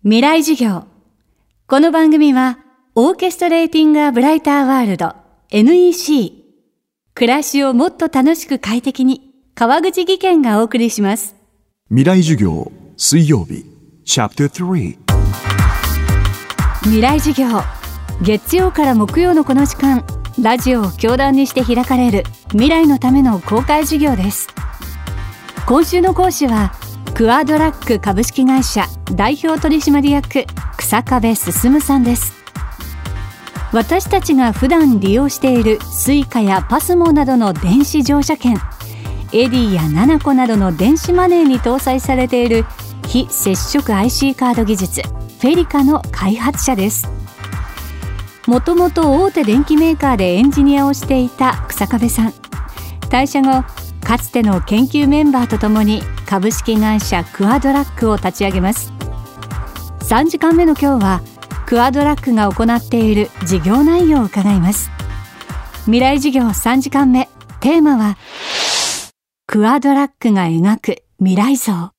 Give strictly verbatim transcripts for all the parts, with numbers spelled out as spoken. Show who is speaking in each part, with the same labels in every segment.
Speaker 1: 未来授業。この番組はオーケストレーティング・ア・ブライター・ワールド エヌイーシー 暮らしをもっと楽しく快適に、川口義賢がお送りします。
Speaker 2: 未来授業水曜日チャプタースリー。
Speaker 1: 未来授業、月曜から木曜のこの時間、ラジオを教壇にして開かれる未来のための公開授業です。今週の講師はクアドラック株式会社代表取締役草壁進さんです。私たちが普段利用しているスイカやパスモなどの電子乗車券、エディやナナコなどの電子マネーに搭載されている非接触 アイシー カード技術フェリカの開発者です。もともと大手電機メーカーでエンジニアをしていた草壁さん、退社後かつての研究メンバーとともに株式会社クアドラックを立ち上げます。さんじかんめの今日はクアドラックが行っている事業内容を伺います。未来事業さんじかんめ、テーマはクアドラックが描く未来像。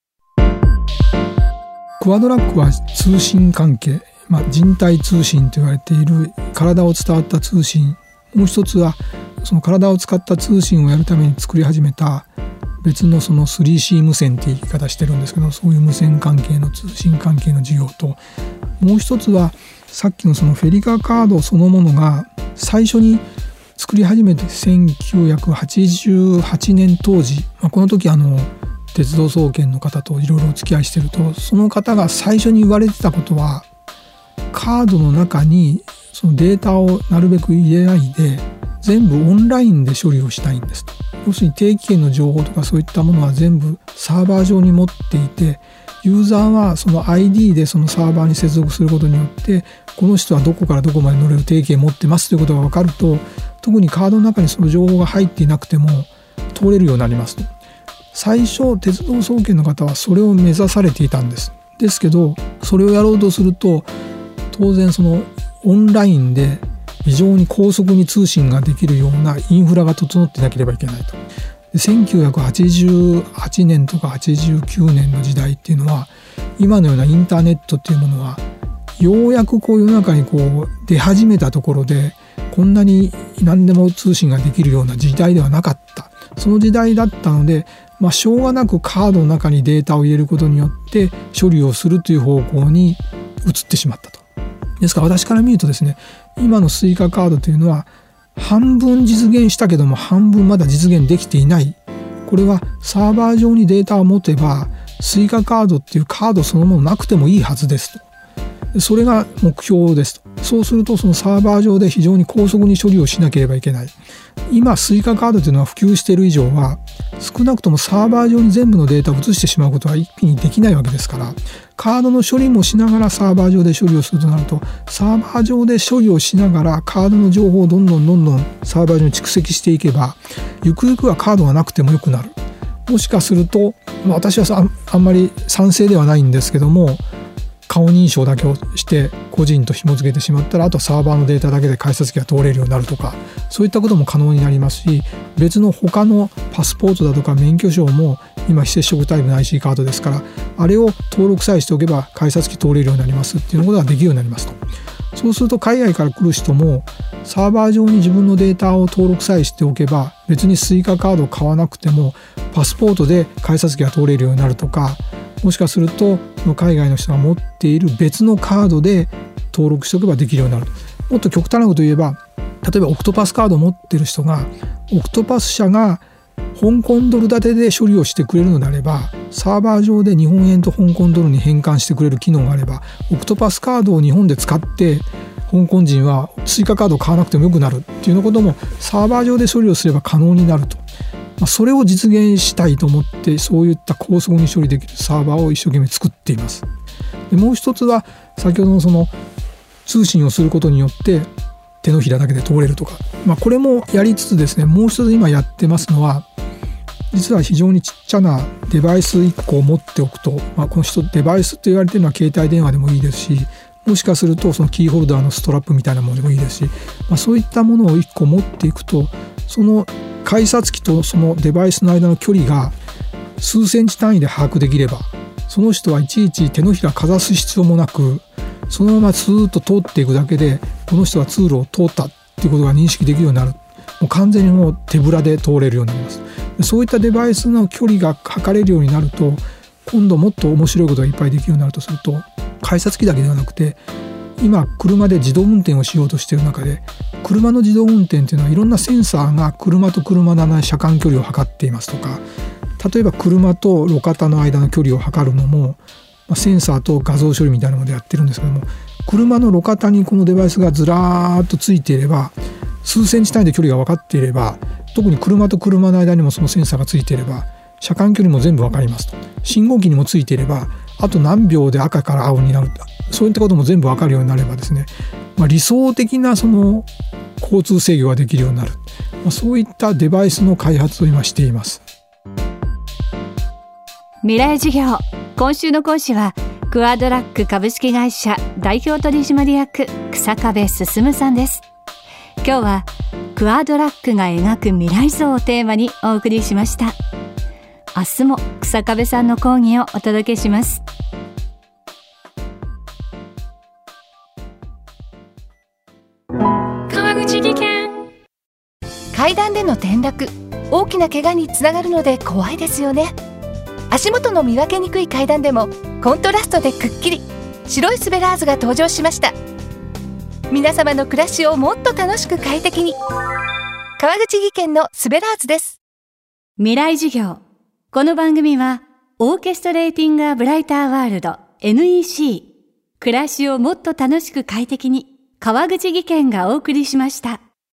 Speaker 3: クアドラックは通信関係、まあ、人体通信と言われている体を伝わった通信、もう一つはその体を使った通信をやるために作り始めた別のその スリーシー 無線っていう言い方してるんですけど、そういう無線関係の通信関係の事業と、もう一つはさっきのそのフェリカカードそのものが最初に作り始めてせんきゅうひゃくはちじゅうはちねん当時、まあ、この時あの鉄道総研の方といろいろお付き合いしてると、その方が最初に言われてたことは、カードの中にそのデータをなるべく入れないで全部オンラインで処理をしたいんですと。要するに定期券の情報とかそういったものは全部サーバー上に持っていて、ユーザーはその アイディー でそのサーバーに接続することによって、この人はどこからどこまで乗れる定期券持ってますということが分かると、特にカードの中にその情報が入っていなくても通れるようになりますと。最初鉄道総研の方はそれを目指されていたんです。ですけどそれをやろうとすると、当然そのオンラインで非常に高速に通信ができるようなインフラが整っていなければいけないと。でせんきゅうひゃくはちじゅうはちねんとかはちじゅうきゅうねんの時代っていうのは、今のようなインターネットっていうものはようやくこう世の中にこう出始めたところで、こんなに何でも通信ができるような時代ではなかった。その時代だったので、まあ、しょうがなくカードの中にデータを入れることによって処理をするという方向に移ってしまったと。ですから私から見るとですね、今のスイカカードというのは半分実現したけども半分まだ実現できていない。これはサーバー上にデータを持てばスイカカードっていうカードそのものなくてもいいはずですと。それが目標ですと。そうするとそのサーバー上で非常に高速に処理をしなければいけない。今スイカカードというのは普及している以上は、少なくともサーバー上に全部のデータを移してしまうことは一気にできないわけですから、カードの処理もしながらサーバー上で処理をするとなると、サーバー上で処理をしながらカードの情報をどんどんどんどんサーバー上に蓄積していけば、ゆくゆくはカードがなくてもよくなる。もしかすると、まあ、私はあ ん, あんまり賛成ではないんですけども、顔認証だけをして個人と紐付けてしまったら、あとサーバーのデータだけで改札機が通れるようになるとか、そういったことも可能になりますし、別の他のパスポートだとか免許証も今非接触タイプの アイシー カードですから、あれを登録さえしておけば改札機通れるようになりますっていうことができるようになりますと。そうすると海外から来る人もサーバー上に自分のデータを登録さえしておけば、別にスイカカードを買わなくてもパスポートで改札機が通れるようになるとか、もしかすると海外の人が持っている別のカードで登録しておけばできるようになる。もっと極端なことを言えば、例えばオクトパスカードを持っている人がオクトパス社が香港ドル建てで処理をしてくれるのであれば、サーバー上で日本円と香港ドルに変換してくれる機能があれば、オクトパスカードを日本で使って香港人は追加カードを買わなくてもよくなるっていうようなこともサーバー上で処理をすれば可能になると。まあ、それを実現したいと思って、そういった高速に処理できるサーバーを一生懸命作っています。でもう一つは先ほどのその通信をすることによって手のひらだけで通れるとか、まあ、これもやりつつですね、もう一つ今やってますのは、実は非常にちっちゃなデバイスいっこを持っておくと、まあ、この人デバイスと言われているのは携帯電話でもいいですし、もしかするとそのキーホルダーのストラップみたいなものでもいいですし、まあ、そういったものをいっこ持っていくと、その改札機とそのデバイスの間の距離が数センチ単位で把握できれば、その人はいちいち手のひらかざす必要もなく、そのままスーッと通っていくだけでこの人は通路を通ったっていうことが認識できるようになる。もう完全にもう手ぶらで通れるようになります。そういったデバイスの距離が測れるようになると、今度もっと面白いことがいっぱいできるようになるとすると、改札機だけではなくて、今車で自動運転をしようとしている中で、車の自動運転というのはいろんなセンサーが車と車の車間距離を測っていますとか、例えば車と路肩の間の距離を測るのも、まあ、センサーと画像処理みたいなものでやってるんですけども、車の路肩にこのデバイスがずらーっとついていれば、数センチ単位で距離が分かっていれば、特に車と車の間にもそのセンサーがついていれば、車間距離も全部分かりますと。信号機にもついていれば、あと何秒で赤から青になる、そういったことも全部分かるようになればですね、まあ、理想的なその交通制御ができるようになる、まあ、そういったデバイスの開発を今しています。
Speaker 1: 未来事業、今週の講師はクアドラック株式会社代表取締役草壁進さんです。今日はクアドラックが描く未来像をテーマにお送りしました。明日も草壁さんの講義をお届けします。
Speaker 4: 川口技研。階段での転落、大きな怪我につながるので怖いですよね。足元の見分けにくい階段でもコントラストでくっきり白いスベラーズが登場しました。皆様の暮らしをもっと楽しく快適に、川口技研のスベラーズです。
Speaker 1: 未来事業、この番組はオーケストレーティングアブライターワールド エヌイーシー、 暮らしをもっと楽しく快適に、川口技研がお送りしました。